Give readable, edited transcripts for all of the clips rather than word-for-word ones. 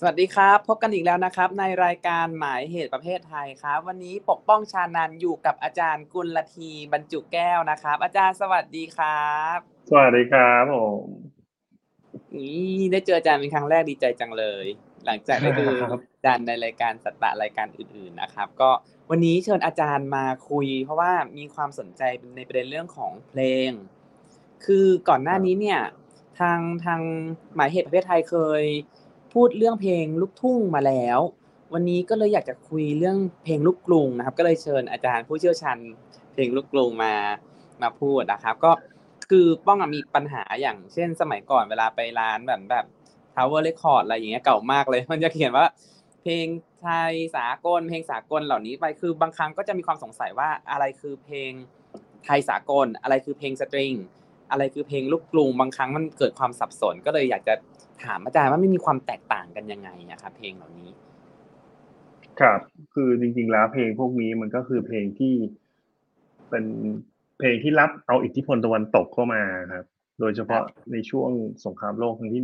สวัสดีครับพบกันอีกแล้วนะครับในรายการหมายเหตุประเภทไทยครับวันนี้ปกป้องชานันท์อยู่กับอาจารย์กุลธีบรรจุแก้วนะครับอาจารย์สวัสดีครับสวัสดีครับผมได้เจออาจารย์เป็นครั้งแรกดีใจจังเลยหลังจากได้ดูครับอาจารย์ในรายการสัตตะรายการอื่นๆนะครับก็วันนี้เชิญอาจารย์มาคุยเพราะว่ามีความสนใจในประเด็นเรื่องของเพลงคือก่อนหคน้ารับนี้เนี่ยทางหมายเหตุประเภทไทยเคยพูดเรื่องเพลงลูกทุ่งมาแล้ววันนี้ก็เลยอยากจะคุยเรื่องเพลงลูกกรุงนะครับก็เลยเชิญอาจารย์ผู้เชี่ยวชาญเพลงลูกกรุงมาพูดนะครับก็คือป้องมีปัญหาอย่างเช่นสมัยก่อนเวลาไปร้านแบบ Tower Record อะไรอย่างเงี้ยเก่ามากเลยมันจะเขียนว่าเพลงไทยสากลเพลงสากลเหล่านี้ไปคือบางครั้งก็จะมีความสงสัยว่าอะไรคือเพลงไทยสากลอะไรคือเพลงสตริงอะไรคือเพลงลูกกรุงบางครั้งมันเกิดความสับสนก็เลยอยากจะถามอาจารย์ว่าไม่มีความแตกต่างกันยังไงอะครับเพลงเหล่านี้ครับคือจริงๆแล้วเพลงพวกนี้มันก็คือเพลงที่เป็นเพลงที่รับเอาอิทธิพลตะวันตกเข้ามาครับโดยเฉครัพาะบในช่วงสงครามโลกครั้งที่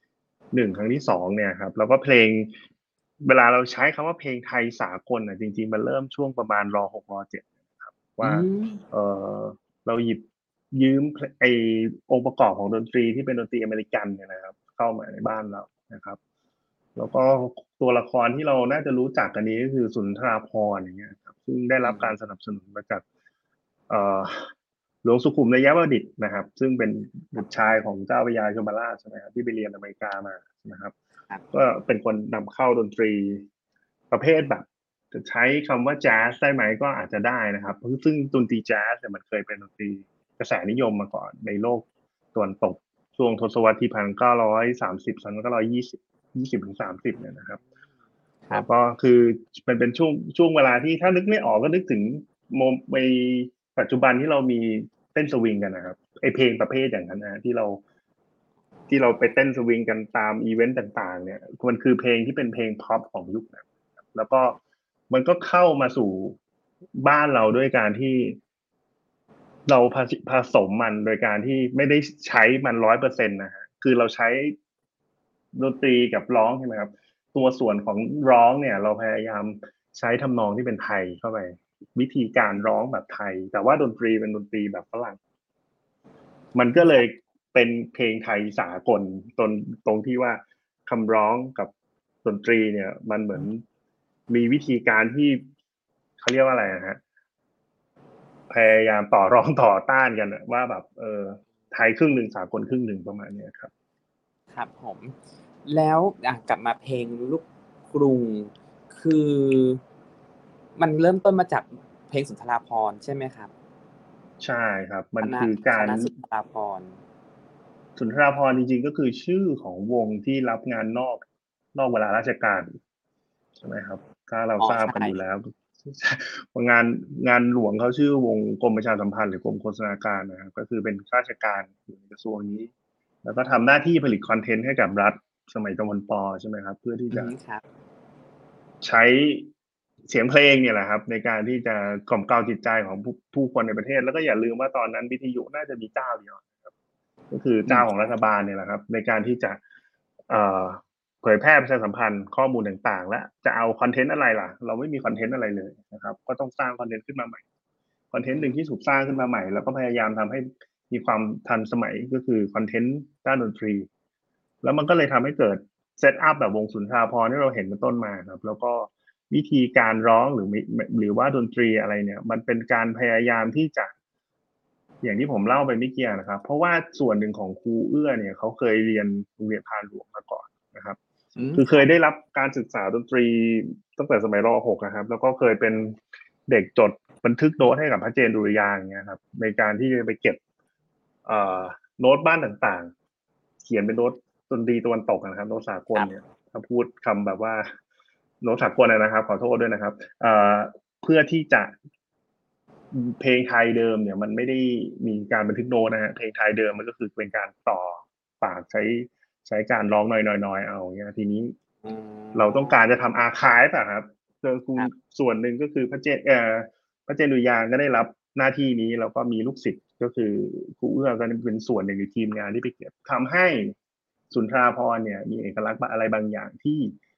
1ครั้งที่2เนี่ยครับแล้วก็เพลงเวลาเราใช้คำว่าเพลงไทยสากลจริงๆมันเริ่มช่วงประมาณร6ร7ครับอืว่ามเอ่อเราหยิบยืมไอองค์ประกอบของดนตรีที่เป็นดนตรีอเมริกันเนี่ยนะครับเข้ามาในบ้านเรานะครับ แล้วก็ตัวละครที่เราน่าจะรู้จักกันนี้ก็คือสุนทราภรณ์อย่างเงี้ยครับซึ่งได้รับการสนับสนุนมาจากเอ่อหลวงสุขุมนยวดิษฐ์นะครับซึ่งเป็นบุตรชายของเจ้าพระยาชลราชใช่ไหมครับที่ไปเรียนอเมริกามานะครับครับก็เป็นคนนำเข้าดนตรีประเภทแบบจะใช้คำว่าแจ๊สได้ไหมก็อาจจะได้นะครับซึ่งดนตรีแจ๊สเนี่ยมันเคยเป็นดนตรีกระแสนิยมมาก่อนในโลกตะวันตกช่วงทศวรรษที่19301920 20 ถึง 30เนี่ยนะครับครับแล้วก็คือมันเป็นช่วงเวลาที่ถ้านึกไม่ออกก็นึกถึงโมในปัจจุบันที่เรามีเต้นสวิงกันนะครับไอเพลงประเภทอย่างนั้นนะที่เราไปเต้นสวิงกันตามอีเวนต์ต่างๆเนี่ยมันคือเพลงที่เป็นเพลงพ็อปของยุคนั้นแล้วก็มันก็เข้ามาสู่บ้านเราด้วยการที่เราผสมมันโดยการที่ไม่ได้ใช้มัน100%นะฮะคือเราใช้ดนตรีกับร้องใช่ไหมครับตัวส่วนของร้องเนี่ยเราพยายามใช้ทำนองที่เป็นไทยเข้าไปวิธีการร้องแบบไทยแต่ว่าดนตรีเป็นดนตรีแบบฝรั่ง มันก็เลยเป็นเพลงไทยสากลตรงที่ว่าคำร้องกับดนตรีเนี่ยมันเหมือนมีวิธีการที่เขาเรียกว่าอะไรนะฮะพยายามต่อรองต่อต้านกันว่าแบบไทยครึ่งหนึ่งสากลครึ่งหนึ่งประมาณนี้ครับครับผมแล้วกลับมาเพลงลูกกรุงคือมันเริ่มต้นมาจากเพลงสุนทราภรณ์ใช่ไหมครับใช่ครับมันคณะคือการคณะสุนทราภรณ์สุนทราภรณ์จริงๆก็คือชื่อของวงที่รับงานนอกเวลาราชการใช่ไหมครับถ้าเราอ๋อทราบกันใช่อยู่แล้วงานงานหลวงเขาชื่อวงกรมประชาสัมพันธ์หรือกรมโฆษณาการนะครับก็คือเป็นข้าราชการอยู่ในกระทรวงนี้แล้วก็ทำหน้าที่ผลิตคอนเทนต์ให้กับรัฐสมัยจอมพลปใช่ไหมครับเพื่อที่จะครับใช้เสียงเพลงเนี่ยแหละครับในการที่จะกล่อมเกลาจิตใจของผู้คนในประเทศแล้วก็อย่าลืมว่าตอนนั้นวิทยุน่าจะมีเจ้าเดียวก็คือเจ้าของรัฐบาลเนี่ยแหละครับในการที่จะเอ่อเผยแพร่ประชาสัมพันธ์ข้อมูลต่างๆและจะเอาคอนเทนต์อะไรล่ะเราไม่มีคอนเทนต์อะไรเลยนะครับก็ต้องสร้างคอนเทนต์ขึ้นมาใหม่คอนเทนต์หนึ่งที่ถูกสร้างขึ้นมาใหม่แล้วก็พยายามทำให้มีความทันสมัยก็คือคอนเทนต์ด้านดนตรีแล้วมันก็เลยทำให้เกิดเซตอัพแบบวงสุนทราภรณ์ที่เราเห็นเป็นต้นมาครับแล้วก็วิธีการร้องหรือว่าดนตรีอะไรเนี่ยมันเป็นการพยายามที่จะ อย่างที่ผมเล่าไปเมื่อกี้นะครับเพราะว่าส่วนหนึ่งของครูเอื้อเนี่ยเขาเคยเรียนโรงเรียนพานหลวงมาก่อนนะครับคือครับเคยได้รับการศึกษาดนตรีตั้งแต่สมัยร .6 นะครับแล้วก็เคยเป็นเด็กจดบันทึกโน้ตให้กับพระเจนดุริยางค์เนี่ยครับในการที่จะไปเก็บเอ่อโน้ตบ้านต่างๆเขียนเป็นโน้ตดนตรีตะวันตกนะครับโน้ตสากครับลเนี่ยถ้าพูดคำแบบว่าโน้ตสากลนะครับขอโทษด้วยนะครับเพื่อที่จะเพลงไทยเดิมเนี่ยมันไม่ได้มีการบันทึกโน้ตนะฮะเพลงไทยเดิมมันก็คือเป็นการต่อปากใช้การร้องน้อยๆเอาเนี่ยทีนี้อ๋เราอต้องการจะทำอาร์คายฟ์อะครับโดยคุณครับส่วนหนึ่งก็คือพระเจนดุริยางค์ก็ได้รับหน้าที่นี้แล้วก็มีลูกศิษย์ก็คือครูเอื้อก็เป็นส่วนหนึ่งในทีมงานที่ไปเก็บทำให้สุนทราภรณ์เนี่ยมีเอกลักษณ์อะไรบางอย่างที่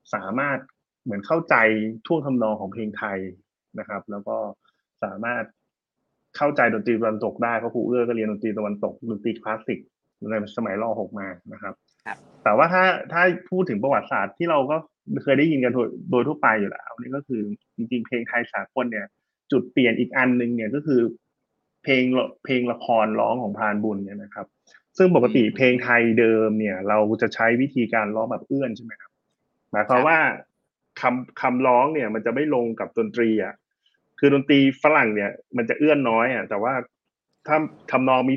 สามารถเหมือนเข้าใจท่วงทำนองของเพลงไทยนะครับ แล้วก็สามารถเข้าใจดนตรีตะวันตกได้เพราะครูเอื้อก็เรียนดนตรีตะวันตกดนตรีคลาสสิกในสมัยร.6มานะครับครับแต่ว่าถ้าพูดถึงประวัติศาสตร์ที่เราก็เคยได้ยินกันโดยทั่วไปอยู่แล้วนี่ก็คือจริงๆเพลงไทยสากลเนี่ยจุดเปลี่ยนอีกอันนึงเนี่ยก็คือเพลงละครร้องของพรานบุญเนี่ยนะครับซึ่งปกติเพลงไทยเดิมเนี่ยเราจะใช้วิธีการร้องแบบเอื้อนใช่ไหมครับหมายความว่าคำร้องเนี่ยมันจะไม่ลงกับดนตรีอ่ะคือดนตรีฝรั่งเนี่ยมันจะเอื้อนน้อยอ่ะแต่ว่าถ้าทำนองมี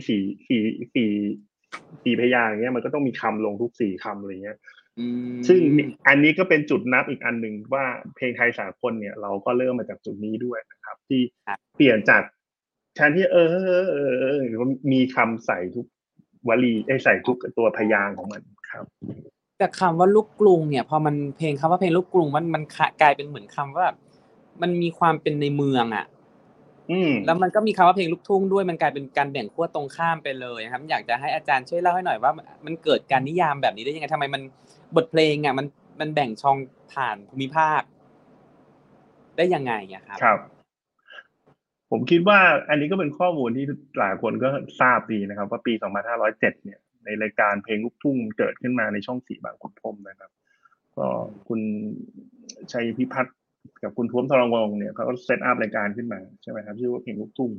สี่พยางค์เงี้ยมันก็ต้องมีคำลงทุกสี่คำอะไรเงี้ยซึ่งอันนี้ก็เป็นจุดนับอีกอันหนึ่งว่าเพลงไทยสากลเนี่ยเราก็เริ่มมาจากจุดนี้ด้วยนะครับที่เปลี่ยนจากแทนที่มีคำใส่ทุกวลีใส่ทุกตัวพยางค์ของมันครับแต่คำว่าลูกกรุงเนี่ยพอมันเพลงคำว่าเพลงลูกกรุงมันกลายเป็นเหมือนคำว่ามันมีความเป็นในเมืองอ่ะแล้วมันก็มีคำว่าเพลงลูกทุ่งด้วยมันกลายเป็นการแบ่งขั้วตรงข้ามไปเลยครับอยากจะให้อาจารย์ช่วยเล่าให้หน่อยว่ามันเกิดการนิยามแบบนี้ได้ยังไงทำไมมันบทเพลงอ่ะมันแบ่งช่องผ่านภูมิภาคได้ยังไงอ่ะครับครับผมคิดว่าอันนี้ก็เป็นข้อมูลที่หลายคนก็ทราบดีนะครับว่าปี2507เนี่ยในรายการเพลงลูกทุ่งเกิดขึ้นมาในช่อง4บางขุนพรหมนะครับก็คุณชัยพิพัฒน์กับคุณท้วมทรวงศ์เนี่ยเขาก็เซตอัพรายการขึ้นมาใช่ไหมครับชื่อว่าเพลงลูกทุ่ง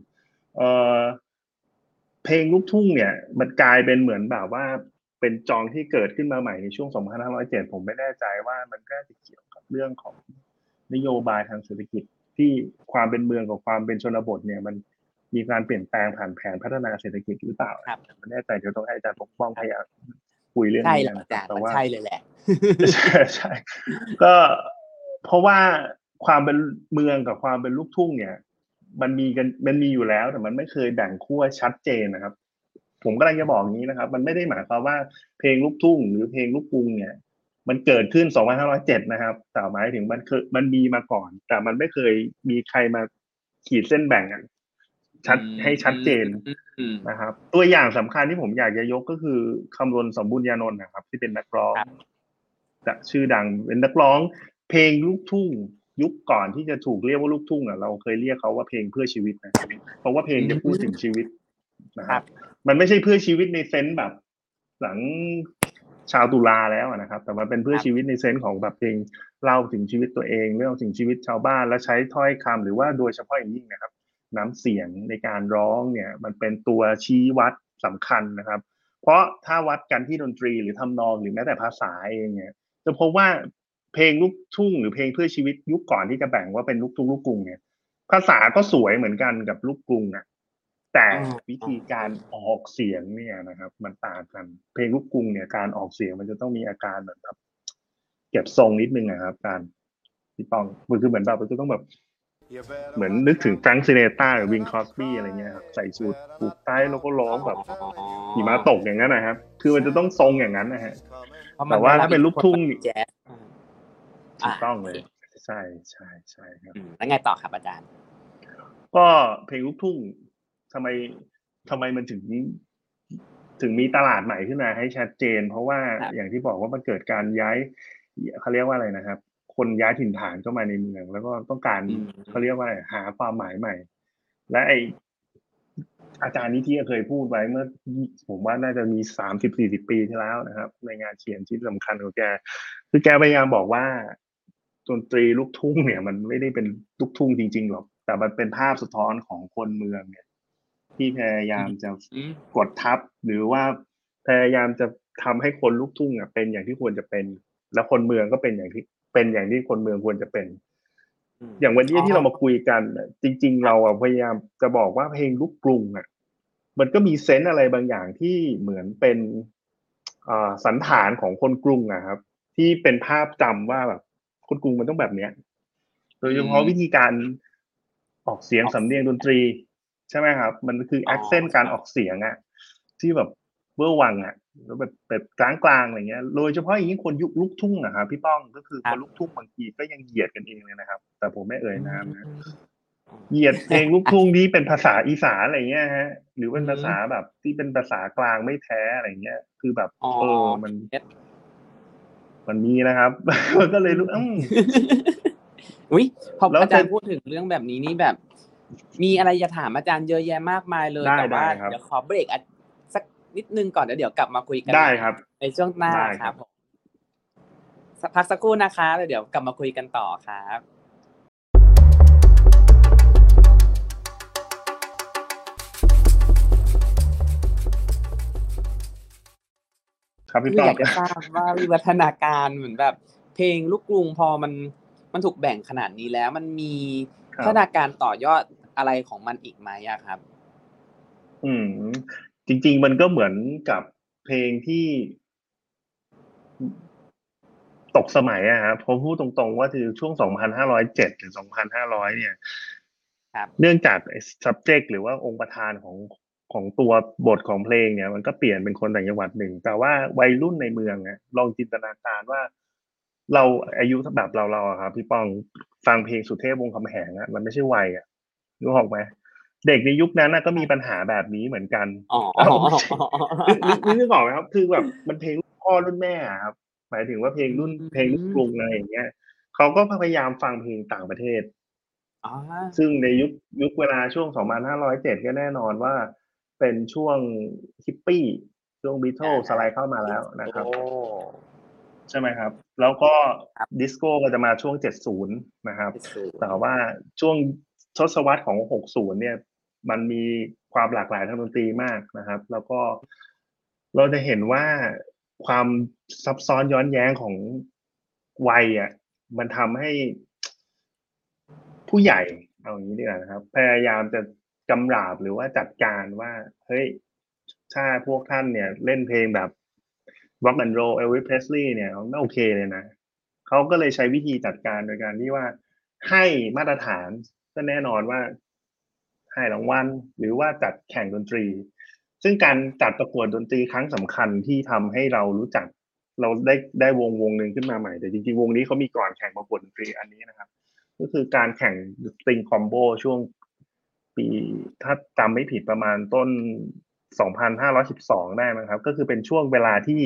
เพลงลูกทุ่งเนี่ยมันกลายเป็นเหมือนแบบว่าเป็นจองที่เกิดขึ้นมาใหม่ในช่วง2507ผมไม่แน่ใจว่ามันก็จะเกี่ยวกับเรื่องของนโยบายทางเศรษฐกิจที่ความเป็นเมืองกับความเป็นชนบทเนี่ยมันมีการเปลี่ยนแปลงผ่านแผนพัฒนาเศรษฐกิจหรือเปล่าไม่แน่ใจเดี๋ยวต้องให้อาจารย์ปกป้องพยายามคุยเรื่องนี้นะครับแต่ว่าใช่เลยแหละใช่ก็เพราะว่าความเป็นเมืองกับความเป็นลูกทุ่งเนี่ยมันมีอยู่แล้วแต่มันไม่เคยแบ่งขั้วชัดเจนนะครับผมกำลังจะบอกนี้นะครับมันไม่ได้หมายความว่าเพลงลูกทุ่งหรือเพลงลูกกรุงเนี่ยมันเกิดขึ้น2507นะครับแต่หมายถึงมันมีมาก่อนแต่มันไม่เคยมีใครมาขีดเส้นแบ่งกันให้ชัดเจนนะครับตัวอย่างสำคัญที่ผมอยากจะยกก็คือคำรณสมบูรณญานนท์นะครับที่เป็นนักร้องชื่อดังเป็นนักร้องเพลงลูกทุ่งยุคก่อนที่จะถูกเรียกว่าลูกทุ่งเราเคยเรียกเขาว่าเพลงเพื่อชีวิตนะเพราะว่าเพลงจะพูดถึงชีวิตนะครับมันไม่ใช่เพื่อชีวิตในเซนส์แบบหลังชาวตุลาแล้วนะครับแต่มันเป็นเพื่อชีวิตในเซนส์ของแบบเพลงเล่าถึงชีวิตตัวเองเรื่องถึงชีวิตชาวบ้านและใช้ถ้อยคำหรือว่าโดยเฉพาะอย่างยิ่งนะครับน้ำเสียงในการร้องเนี่ยมันเป็นตัวชี้วัดสำคัญนะครับเพราะถ้าวัดกันที่ดนตรีหรือทำนองหรือแม้แต่ภาษาเองเนี่ยจะพบว่าเพลงลูกทุ่งหรือเพลงเพื่อชีวิตยุคก่อนที่จะแบ่งว่าเป็นลูกทุ่งลูกกรุงเนี่ยภาษาก็สวยเหมือนกันกับลูกกรุงอ่ะแต่วิธีการออกเสียงเนี่ยนะครับมันต่างกันเพลงลูกกรุงเนี่ยการออกเสียงมันจะต้องมีอาการแบบเก็บทรงนิดนึงนะครับการพี่ปองมันคือเหมือนแบบมันจะต้องแบบเหมือนนึกถึงแฟรงค์ซินเนตราหรือวิงคอสบี้อะไรเงี้ยครับใส่สูทผูกไต้แล้วก็ร้องแบบหิมะตกอย่างนั้นนะครับคือมันจะต้องทรงอย่างนั้นนะฮะแต่ว่าถ้าเป็นลูกทุ่งแจ๊สถูกต้องเลยใช่ใช่ใช่ครับแล้วไงต่อครับอาจารย์ก็เพลงลูกทุ่งทำไมมันถึงมีตลาดใหม่ขึ้นมาให้ชัดเจนเพราะว่าอย่างที่บอกว่ามันเกิดการย้ายเขาเรียกว่าอะไรนะครับคนย้ายถิ่นฐานเข้ามาในเมืองแล้วก็ต้องการเขาเรียกว่าหาความหมายใหม่และอาจารย์นิธิเคยพูดไว้เมื่อผมว่าน่าจะมี30-40 ปีที่แล้วนะครับในงานเขียนชิ้นสำคัญของแกคือแกพยายามบอกว่าดนตรีลูกทุ่งเนี่ยมันไม่ได้เป็นลูกทุ่งจริงๆหรอกแต่มันเป็นภาพสะท้อนของคนเมืองเนี่ยที่พยายามจะกดทับหรือว่าพยายามจะทำให้คนลูกทุ่งเป็นอย่างที่ควรจะเป็นแล้วคนเมืองก็เป็นอย่างที่คนเมืองควรจะเป็นอย่างวันนี้ที่เรามาคุยกันจริงๆเราพยายามจะบอกว่าเพลงลูกกรุงมันก็มีเซนส์อะไรบางอย่างที่เหมือนเป็นสันฐานของคนกรุงครับที่เป็นภาพจำว่าแบบคนกรุงมันต้องแบบเนี้ยโดยเฉพาะวิธีการออกเสียงสำเนียงดนตรีใช่ไหมครับมันคือแอคเซนต์การออกเสียงที่แบบเวอร์วังแล้วแบบกลางๆอะไรเงี้ยโดยเฉพาะอย่างยิ่งคนยุคลูกทุ่งครับพี่ป้องก็คือคนลูกทุ่งบางทีก็ยังเหยียดกันเองเลยนะครับแต่ผมไม่เอ่ยนามนะเหยียดเพลงลูกทุ่งที่เป็นภาษาอีสานอะไรเงี้ยฮะหรือเป็นภาษาแบบที่เป็นภาษากลางไม่แท้อะไรเงี้ยคือแบบมันมันมีนะครับ มันก็เลยรู้อุ๊ยพอแล้วอาจารย์พูดถึงเรื่องแบบนี้นี่แบบ มีอะไรจะถามอาจารย์เยอะแยะมากมายเลยแต่ว่าเดี๋ยวขอเบรกสักนิดนึงก่อนเดี๋ยวกลับมาคุยกันใหม่ในช่วงหน้าครับผมพักสักครู่นะคะแล้วเดี๋ยวกลับมาคุยกันต่อครับคืออยากจะทราบว่าวิวัฒนาการเหมือนแบบเพลงลูกกรุงพอมันถูกแบ่งขนาดนี้แล้วมันมีพัฒนาการต่อยอดอะไรของมันอีกไหมอะครับจริงๆมันก็เหมือนกับเพลงที่ตกสมัยอะครับผมพูดตรงๆว่าคือช่วง2,507ถึง2,500เนี่ยเนื่องจาก subject หรือว่าองค์ประธานของตัวบทของเพลงเนี่ยมันก็เปลี่ยนเป็นคนต่างจังหวัดหนึ่งแต่ว่าวัยรุ่นในเมืองอะลองจินตนาการว่าเราอายุแบบเราอะครับพี่ป้องฟังเพลงสุเทพวงศ์คำแหงอะมันไม่ใช่วัยอะรู้ออกไหมเด็กในยุคนั้นก็มีปัญหาแบบนี้เหมือนกันนึกออกไหมครับคือแบบมันเพลงรุ่นพ่อรุ่นแม่ครับหมายถึงว่าเพลงลูกกรุงอะไรอย่างเงี้ยเขาก็พยายามฟังเพลงต่างประเทศซึ่งในยุคเวลาช่วง2,507ก็แน่นอนว่าเป็นช่วงฮิปปี้ช่วง Beatles อะไรเข้ามาแล้วนะครับใช่ไหมครับแล้วก็ดิสโก้ก็จะมาช่วง70นะครับแต่ว่าช่วงทศวรรษของ60เนี่ยมันมีความหลากหลายทางดนตรีมากนะครับแล้วก็เราจะเห็นว่าความซับซ้อนย้อนแย้งของวัยมันทำให้ผู้ใหญ่เอาอย่างนี้ดีกว่านะครับพยายามจะกำราบหรือว่าจัดการว่าเฮ้ยถ้าพวกท่านเนี่ยเล่นเพลงแบบ Rock and Roll Elvis Presley เนี่ยไม่โอเคเลยนะเขาก็เลยใช้วิธีจัดการโดยการที่ว่าให้มาตรฐานก็แน่นอนว่าให้รางวัลหรือว่าจัดแข่งดนตรีซึ่งการจัดประกวดดนตรีครั้งสำคัญที่ทำให้เรารู้จักเราได้วงหนึ่งขึ้นมาใหม่แต่จริงๆวงนี้เขามีก่อนแข่งประกวดดนตรีอันนี้นะครับก็คือการแข่งสตริงคอมโบช่วงปีถ้าจำไม่ผิดประมาณต้น2,512ได้มั้งครับก็คือเป็นช่วงเวลาที่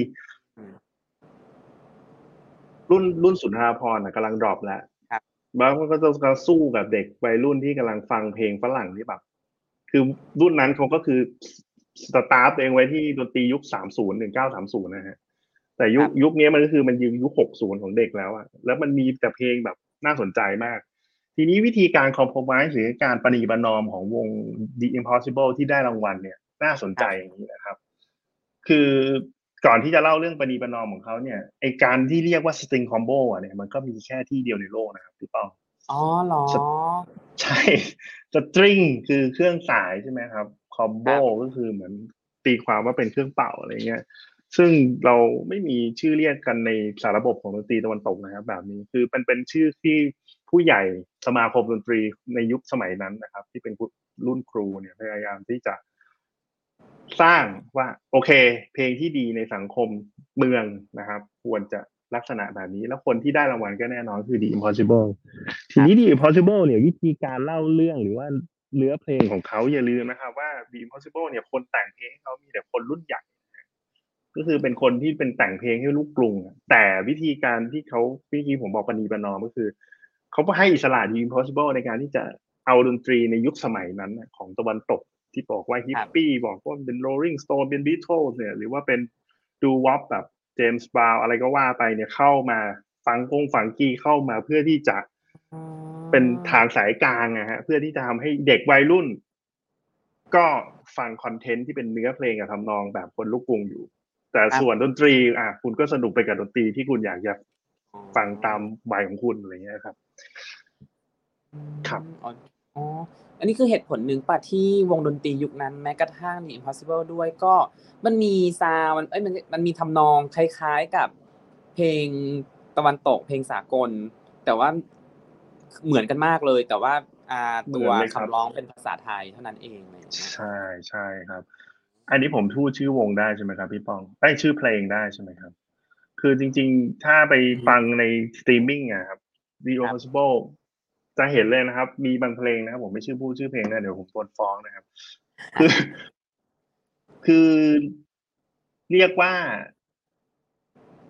รุ่นสุนทรภรณ์กำลังดรอปแล้วแล้วมันก็จะสู้กับเด็กวัยรุ่นที่กำลังฟังเพลงฝรั่งที่แบบคือรุ่นนั้นเขาก็คือสตาร์ทเองไว้ที่ดนตรียุค30 1930นะฮะแต่ยุคนี้มันก็คือมันยุค60ของเด็กแล้วอะแล้วมันมีแต่เพลงแบบน่าสนใจมากทีนี้วิธีการคอมโพไมซ์หรือการประนีประนอมของวง The Impossible ที่ได้รางวัลเนี่ยน่าสนใจอย่างนี้นะครับคือก่อนที่จะเล่าเรื่องประนีประนอมของเขาเนี่ยไอการที่เรียกว่า string combo เนี่ยมันก็มีแค่ที่เดียวในโลกนะครับพี่ป้องอ๋อเหรอใช่ string คือเครื่องสายใช่ไหมครับ combo ก็คือเหมือนตีความว่าเป็นเครื่องเป่าอะไรเงี้ยซึ่งเราไม่มีชื่อเรียกกันในสารระบบของดนตรีตะวันตกนะครับแบบนี้คือเป็นชื่อที่ผู้ใหญ่สมาคมดนตรีในยุคสมัยนั้นนะครับที่เป็นรุ่นครูเนี่ยพยายามที่จะสร้างว่าโอเคเพลงที่ดีในสังคมเมืองนะครับควรจะลักษณะแบบนี้แล้วคนที่ได้รางวัลก็แน่นอนคือ The Impossible ทีนี้ The Impossible เนี่ยวิธีการเล่าเรื่องหรือว่าเนื้อเพลงของเขาอย่าลืมนะครับว่า The Impossible เนี่ยคนแต่งเพลงให้เขามีแต่คนรุ่นใหญ่ก็คือเป็นคนที่เป็นแต่งเพลงให้ลูกกรุงแต่วิธีการที่เขาวิธีผมบอกปณีประนอมก็คือเขาให้อิสระ The Impossible ในการที่จะเอาดนตรีในยุคสมัยนั้นของตะวันตกที่บอกว่าฮิปปี้บอกว่าเป็น Rolling Stone เป็น Beatles เนี่ยหรือว่าเป็นดูวอปแบบเจมส์บราวน์อะไรก็ว่าไปเนี่ยเข้ามาฝังกี้เข้ามาเพื่อที่จะเป็นทางสายกลางนะฮะเพื่อที่จะทำให้เด็กวัยรุ่นก็ฟังคอนเทนต์ที่เป็นเนื้อเพลงกับทำนองแบบคนลูกกรุงอยู่แต่ส่วนดนตรีคุณก็สนุกไปกับดนตรีที่คุณอยากจะฟังตามวัยของคุณอะไรเงี้ยครับครับอ๋ออันนี้คือเหตุผลหนึ่งป่ะที่วงดนตรียุคนั้นแม้กระทั่ง The Impossible ด้วยก็มันมีซาวด์มันมีทำนองคล้ายๆกับเพลงตะวันตกเพลงสากลแต่ว่าเหมือนกันมากเลยแต่ว่าตัวคำร้องเป็นภาษาไทยเท่านั้นเองใช่ใช่ครับอันนี้ผมพูดชื่อวงได้ใช่ไหมครับพี่ปองชื่อเพลงได้ใช่ไหมครับคือจริงๆถ้าไปฟังในสตรีมมิ่งครับ The Impossible จะเห็นเลยนะครับมีบางเพลงนะครับผมไม่พูดชื่อเพลงนะเดี๋ยวผมโดนฟ้องนะครับคือคือเรียกว่า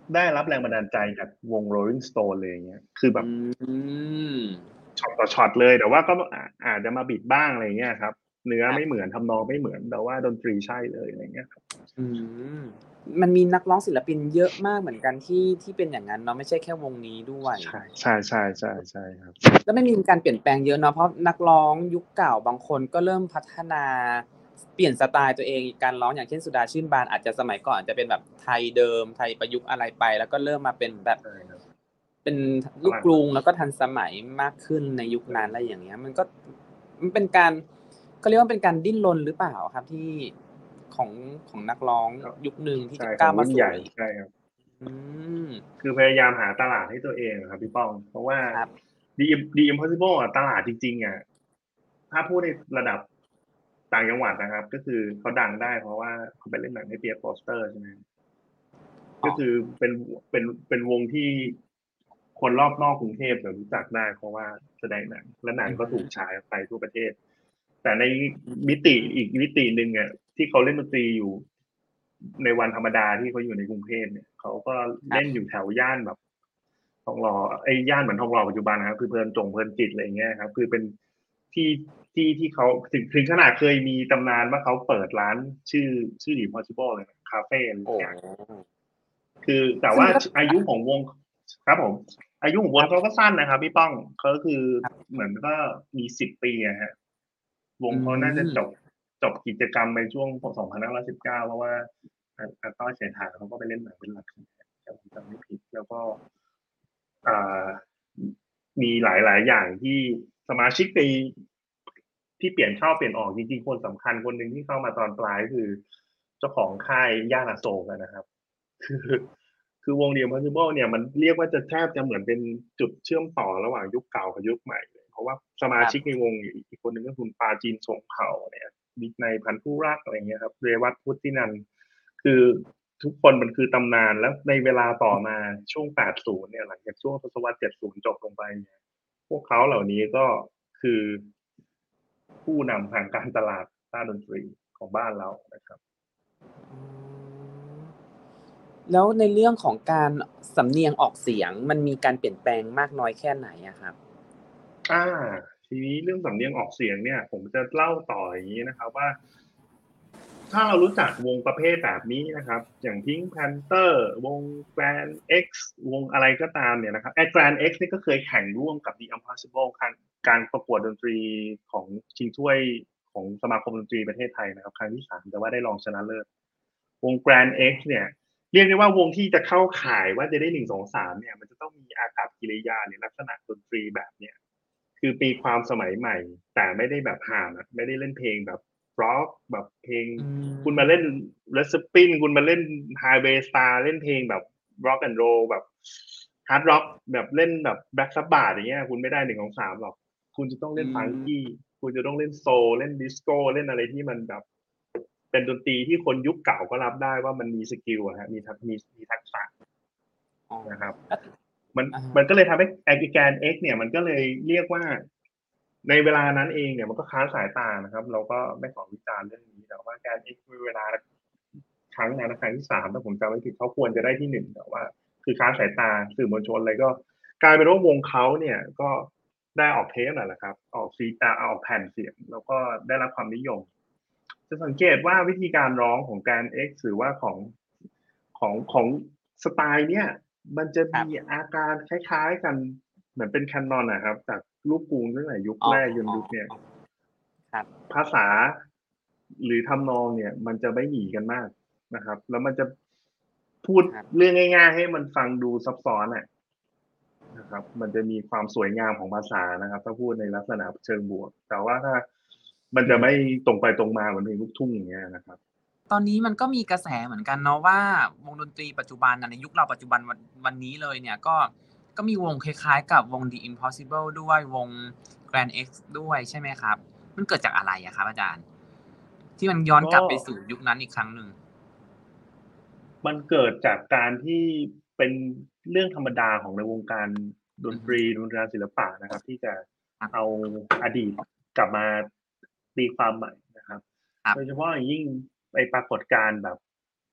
ได้รับแรงบันดาลใจจากวง Rolling Stone เลยอย่างเงี้ยคือแบบมช็อตต่อช็อตเลยแต่ว่าก็อาจจะมาบิดบ้างอะไรเงี้ยครับเนื้อครับไม่เหมือนทำนองไม่เหมือนแต่ว่าดนตรีใช่เลยอะไรเงี้ยครับอืมมันมีนักร้องศิลปินเยอะมากเหมือนกันที่เป็นอย่างนั้นเนาะไม่ใช่แค่วงนี้ด้วยใช่ใช่ใช่ใช่ใช่ครับแล้วไม่มีการเปลี่ยนแปลงเยอะเนาะเพราะนักร้องยุคเก่าบางคนก็เริ่มพัฒนาเปลี่ยนสไตล์ตัวเองการร้องอย่างเช่นสุดาชื่นบานอาจจะสมัยก่อนอาจจะเป็นแบบไทยเดิมไทยประยุกต์อะไรไปแล้วก็เริ่มมาเป็นแบบใช่ครับเป็นฝรั่งลูกกรุงแล้วก็ทันสมัยมากขึ้นในยุคใช่นั้นอะไรอย่างเงี้ยมันเป็นการเขาเรียกว่าเป็นการดิ้นรนหรือเปล่าครับที่ของของนักร้องก็ยุคหนึ่งที่ใช่จะก้าวของรุ่นใหญ่มาสู่ในใช่ครับอืมคือพยายามหาตลาดให้ตัวเองอะครับพี่ป้องเพราะว่าครับ The Impossible อะตลาดจริงๆอะถ้าพูดในระดับต่างจังหวัดนะครับก็คือเขาดังได้เพราะว่าเขาไปเล่นหนังให้เปียร์โปสเตอร์ใช่ไหมอ๋อก็คือเป็นวงที่คนรอบนอกกรุงเทพจะรู้จักได้เพราะว่าแสดงหนังและหนังอือฮึก็ถูกฉายไปทั่วประเทศแต่ในมิติอีกมิติหนึ่งอ่ะที่เขาเล่นดนตรีอยู่ในวันธรรมดาที่เขาอยู่ในกรุงเทพเนี่ยเขาก็เล่นอยู่แถวย่านแบบทองหล่อไอ้ย่านเหมือนทองหล่อปัจจุบันนะครับคือเพลินจิตอะไรเงี้ยครับคือเป็นที่ที่เขาถึงขนาดเคยมีตำนานว่าเขาเปิดร้านชื่อ Impossible เลยนะคาเฟ่อะไรโอ้อย่าง คือแต่ว่าซึ่งก็อายุของวงครับผมอายุของวครับงเขาก็สั้นนะครับพี่ป้องเขาคือครับเหมือนก็มี10 ปีอะฮะวงอืเขาน่าจะมจบกิจกรรมในช่วง2519เพราะว่าอาต้อยเศรษฐาเขาก็ไปเล่นหนังเป็นหลักถ้าผมจำไม่ผิดแล้วก็อ่ามีหลายอย่างที่สมาชิกในที่เปลี่ยนเข้าเปลี่ยนออกจริงๆคนสำคัญคนหนึ่งที่เข้ามาตอนปลายคือเจ้าของค่ายย่านอโศกนะครับ คือคือวง The Impossible เนี่ยมันเรียกว่าจะแทบจะเหมือนเป็นจุดเชื่อมต่อระหว่างยุคเก่ากับยุคใหม่เลยเพราะว่าสมาชิกในครับวงอีกคนหนึ่งก็คุณปาจีนส่งเผ่าเนี่ยมิกในพันธุ์ผู้รักอะไรเงี้ยครับเรวัตพุทธินันท์คือทุกคนมันคือตำนานแล้วในเวลาต่อมาช่วง 80 เนี่ยหลังจากช่วงทศวรรษ 70 จบลงไปเนี่ยพวกเขาเหล่านี้ก็คือผู้นำทางการตลาดด้านดนตรีของบ้านเรานะครับอืมแล้วในเรื่องของการสำเนียงออกเสียงมันมีการเปลี่ยนแปลงมากน้อยแค่ไหนอะครับอ่าทีนี้เรื่องสำเนียงออกเสียงเนี่ยผมจะเล่าต่ออย่างนี้นะครับว่าถ้าเรารู้จักวงประเภทแบบนี้นะครับอย่าง Pink Panther วง Grand X วงอะไรก็ตามเนี่ยนะครับGrand X นี่ก็เคยแข่งร่วมกับ The Impossible การประกวดดนตรีของชิงถ้วยของสมาคมดนตรีประเทศไทยนะครับครั้งที่3แต่ว่าได้รองชนะเลิศวง Grand X เนี่ยเรียกได้ว่าวงที่จะเข้าข่ายว่าจะได้1 2 3เนี่ยมันจะต้องมีอากัปกิริยาหรือลักษณะดนตรีแบบเนี้ย คือปีความสมัยใหม่แต่ไม่ได้แบบห่ามอะไม่ได้เล่นเพลงแบบร็อกแบบเพลงอืคุณมาเล่นมเรสปินคุณมาเล่นไฮเวย์สตาร์เล่นเพลงแบบร็อกแอนด์โรแบบฮาร์ดร็อกแบบเล่นแบบแบ็กซับบาร์อย่างเงี้ยคุณไม่ได้1 2 3หรอกคุณจะต้องอืเล่นฟังกี้มคุณจะต้องเล่นโซลเล่นดิสโก้เล่นอะไรที่มันแบบเป็นดนตรีที่คนยุคเก่าก็รับได้ว่ามันมีสกิลอะฮะมีทักษะอ๋อนะครับแล้วมันอะฮะมันก็เลยทำให้ไอแกน X เนี่ยมันก็เลยเรียกว่าในเวลานั้นเองเนี่ยมันก็ค้านสายตานะครับเราก็ไม่ขอวิจารณ์เรื่องนี้แต่ว่าแกน X เวลาครั้งนั้นครั้งที่3ถ้าผมจำไม่ผิดเขาควรจะได้ที่1แต่ว่าคือค้านสายตาสื่อมวลชนอะไรก็กลายเป็นว่าวงเขาเนี่ยก็ได้ออกเทปนั่นแหละครับออกซีตาออกแผ่นเสียงแล้วก็ได้รับความนิยมจะสังเกตว่าวิธีการร้องของแกน X หรือว่าของสไตล์เนี่ยมันจะมีครับอาการคล้ายๆกันเหมือนเป็นแคนนอนนะครับจากลูกกรุงตั้งแต่ยุคอ๋อแรกจนยุคเนี่ยครับภาษาหรือทำนองเนี่ยมันจะไม่หนีกันมากนะครับแล้วมันจะพูดครับเรื่องง่ายๆให้มันฟังดูซับซ้อนนะครับมันจะมีความสวยงามของภาษานะครับถ้าพูดในลักษณะเชิงบวกแต่ว่าถ้ามันอืจะไม่มตรงไปตรงมาเหมือนเพลงลูกทุ่งอย่างเงี้ยนะครับตอนนี้มันก็มีกระแสเหมือนกันเนาะว่าวงดนตรีปัจจุบันน่ะในยุคเราปัจจุบันวันนี้เลยเนี่ยก็มีวงคล้ายๆกับวง The Impossible ด้วยวง Grand X ด้วยใช่ไหมครับมันเกิดจากอะไรอะครับอาจารย์ที่มันย้อนกก็ลับไปสู่ยุคนั้นอีกครั้งหนึ่งมันเกิดจากการที่เป็นเรื่องธรรมดาของในวงการดนอือฮึตรีวงการศิลปะนะครับที่จะเอาครับอดีตกลับมาตีความใหม่นะครับครับโดยเฉพาะอย่างยิ่งไปปรากฏการณ์แบบ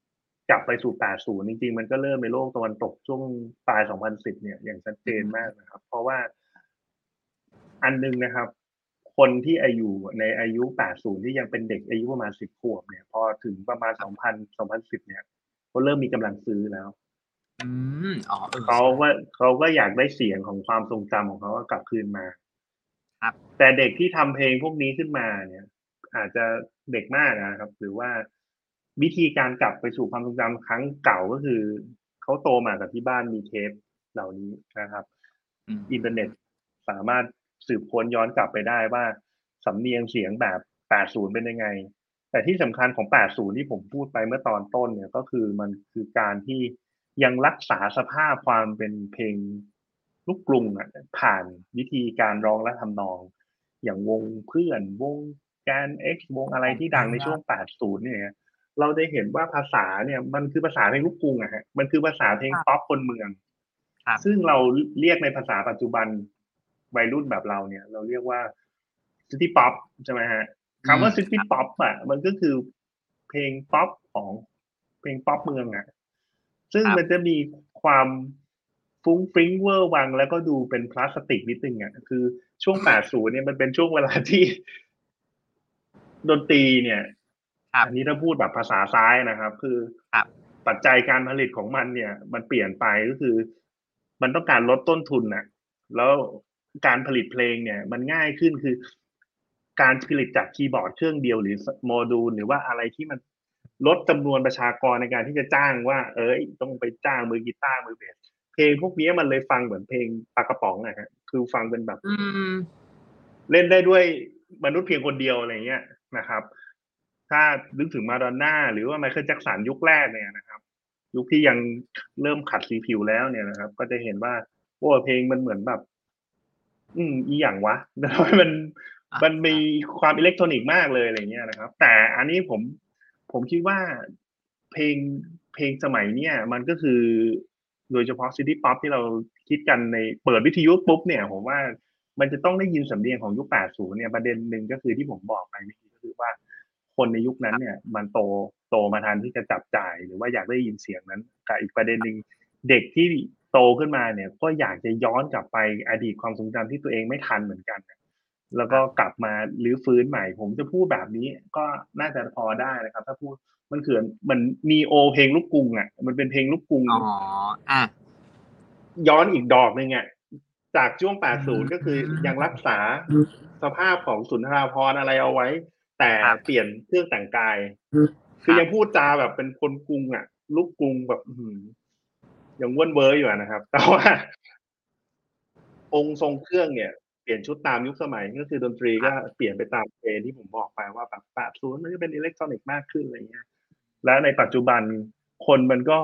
กลับไปสู่ 80 จริงๆมันก็เริ่มในโลกตะวันตกช่วงปลาย 2010 เนี่ยอย่างชัดเจนมากนะครับ เพราะว่าอันหนึ่งนะครับ คนที่อายุ 80 ที่ยังเป็นเด็กอายุประมาณ 10 ขวบเนี่ย พอถึงประมาณ 2000 2010 เนี่ยเขาเริ่มมีกำลังซื้อแล้วอือ๋อเขาใช่ก็เขาก็อยากได้เสียงของความทรงจำของเขากลับคืนมาครับแต่เด็กที่ทำเพลงพวกนี้ขึ้นมาเนี่ยอาจจะเด็กมากนะครับหรือว่าวิธีการกลับไปสู่ความทรงจำครั้งเก่าก็คือเขาโตมากับที่บ้านมีเทปเหล่านี้นะครับอือินเทอร์เน็ตมสามารถสืบค้นย้อนกลับไปได้ว่าสำเนียงเสียงแบบ80เป็นยังไงแต่ที่สำคัญของ80ที่ผมพูดไปเมื่อตอนต้นเนี่ยก็คือมันคือการที่ยังรักษาสภาพความเป็นเพลงลูกกรุงอะผ่านวิธีการร้องและทำนอง อย่างวงเพื่อนวงแกน X วงอะไรที่ดังในช่วง 80 เนี่ยเราได้เห็นว่าภาษาเนี่ยมันคือภาษาเพลงลูกกรุงอะฮะมันคือภาษาเพลงป๊อปคนเมืองซึ่งครับเราเรียกในภาษาปัจจุบันวัยรุ่นแบบเราเนี่ยเราเรียกว่าซิตี้ป๊อปใช่ไหมฮะอืมคำว่าซิครับตี้ป๊อปอ่ะมันก็คือเพลงป๊อปของเพลงป๊อปเมืองอ่ะซึ่งครับมันจะมีความฟุ้งฟริ้งเวอร์วังแล้วก็ดูเป็นพลาสติกนิดนึงอ่ะคือช่วง 80 เนี่ยมันเป็นช่วงเวลาที่ดนตรีเนี่ยครับอันนี้ถ้าพูดแบบภาษาซ้ายนะครับคือครับปัจจัยการผลิตของมันเนี่ยมันเปลี่ยนไปก็คือมันต้องการลดต้นทุนน่ะแล้วการผลิตเพลงเนี่ยมันง่ายขึ้นคือการผลิตจากคีย์บอร์ดเครื่องเดียวหรือโมดูลหรือว่าอะไรที่มันลดจำนวนประชากรในการที่จะจ้างว่าต้องไปจ้างมือกีตาร์มือเบสเพลงพวกนี้มันเลยฟังเหมือนเพลงปากกระป๋องนะฮะคือฟังเป็นแบบอืมเล่นได้ด้วยมนุษย์เพียงคนเดียวอะไรเงี้ยนะครับถ้านึกถึงมาดอนน่าหรือว่าไมเคิลแจ็คสันยุคแรกเนี่ยนะครับยุคที่ยังเริ่มขัดสีผิวแล้วเนี่ยนะครับก็จะเห็นว่าโอ้เพลงมันเหมือนแบบอีหยังวะทำไมมันมีครับความอิเล็กทรอนิกส์มากเลยอะไรเงี้ยนะครับแต่อันนี้ผมคิดว่าเพลงเพลงสมัยเนี้ยมันก็คือโดยเฉพาะซิตี้ป๊อปที่เราคิดกันในเปิดวิทยุปุ๊บเนี่ยผมว่า มันจะต้องได้ยินสำเนียงของยุค 80 เนี่ยประเด็นหนึ่งก็คือที่ผมบอกไปเมื่อกี้ก็คือว่าคนในยุคนั้นเนี่ยมันโตมาทันที่จะจับจ่ายหรือว่าอยากได้ยินเสียงนั้นกับอีกประเด็นหนึ่งเด็กที่โตขึ้นมาเนี่ยก็อยากจะย้อนกลับไปอดีตความทรงจำที่ตัวเองไม่ทันเหมือนกันแล้วก็กลับมารื้อฟื้นใหม่ผมจะพูดแบบนี้ก็น่าจะพอได้นะครับถ้าพูดมันคือมันนีโอเพลงลูกกรุงอ่ะมันเป็นเพลงลูกกรุงอ๋ออาย้อนอีกดอกหนึ่งอ่ะจากช่วงอื 80 ก็คือยังรักมษาสภาพของสุนทราภรณ์อะไรเอาไว้ แต่ครับเปลี่ยนเครื่องแต่งกาย คือครับยังพูดจาแบบเป็นคนกรุงอ่ะลูกกรุงแบบยังเว่นเว้ออยู่นะครับ แต่ว่าองค์ทรงเครื่องเนี่ยเปลี่ยนชุดตามยุคสมัยก็คือดนตรีก็ครับเปลี่ยนไปตามเทรนด์ที่ผมบอกไปว่าแบบ80มันก็เป็นอิเล็กทรอนิกส์มากขึ้นอะไรเงี้ยและในปัจจุบันคนมันก็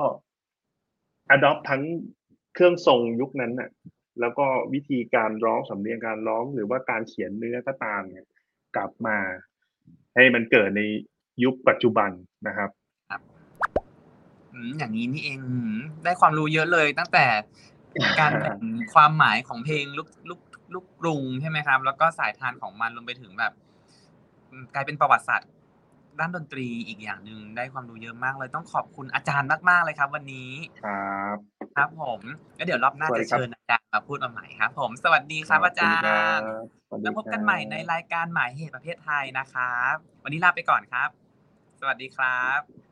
adopt ทั้งเครื่องทรงยุคนั้นน่ะแล้วก็วิธีการร้องสำเนียงการร้องหรือว่าการเขียนเนื้อก็ตามเนี่ยกลับมาให้มันเกิดในยุคปัจจุบันนะครับครับอย่างงี้นี่เองได้ความรู้เยอะเลยตั้งแต่การแบ่งความหมายของเพลงลูกกรุงใช่ไหมครับแล้วก็สายทานของมันรวมไปถึงแบบกลายเป็นประวัติศาสตร์ด้านดนตรีอีกอย่างหนึ่งได้ความรู้เยอะมากเลยต้องขอบคุณอาจารย์มากๆเลยครับวันนี้ครับครับผมแล้วเดี๋ยวรอบหน้าจะสวัสดีครับเชิญอาจารย์มาพูดมาใหม่ครับผมสวัสดีครับอาจาขอบคุณครัรย์บสวัสแล้วพบดีครักันใหม่ในบรายการหมายเหตุประเภทไทยนะครับวันนี้ลาไปก่อนครับสวัสดีครับ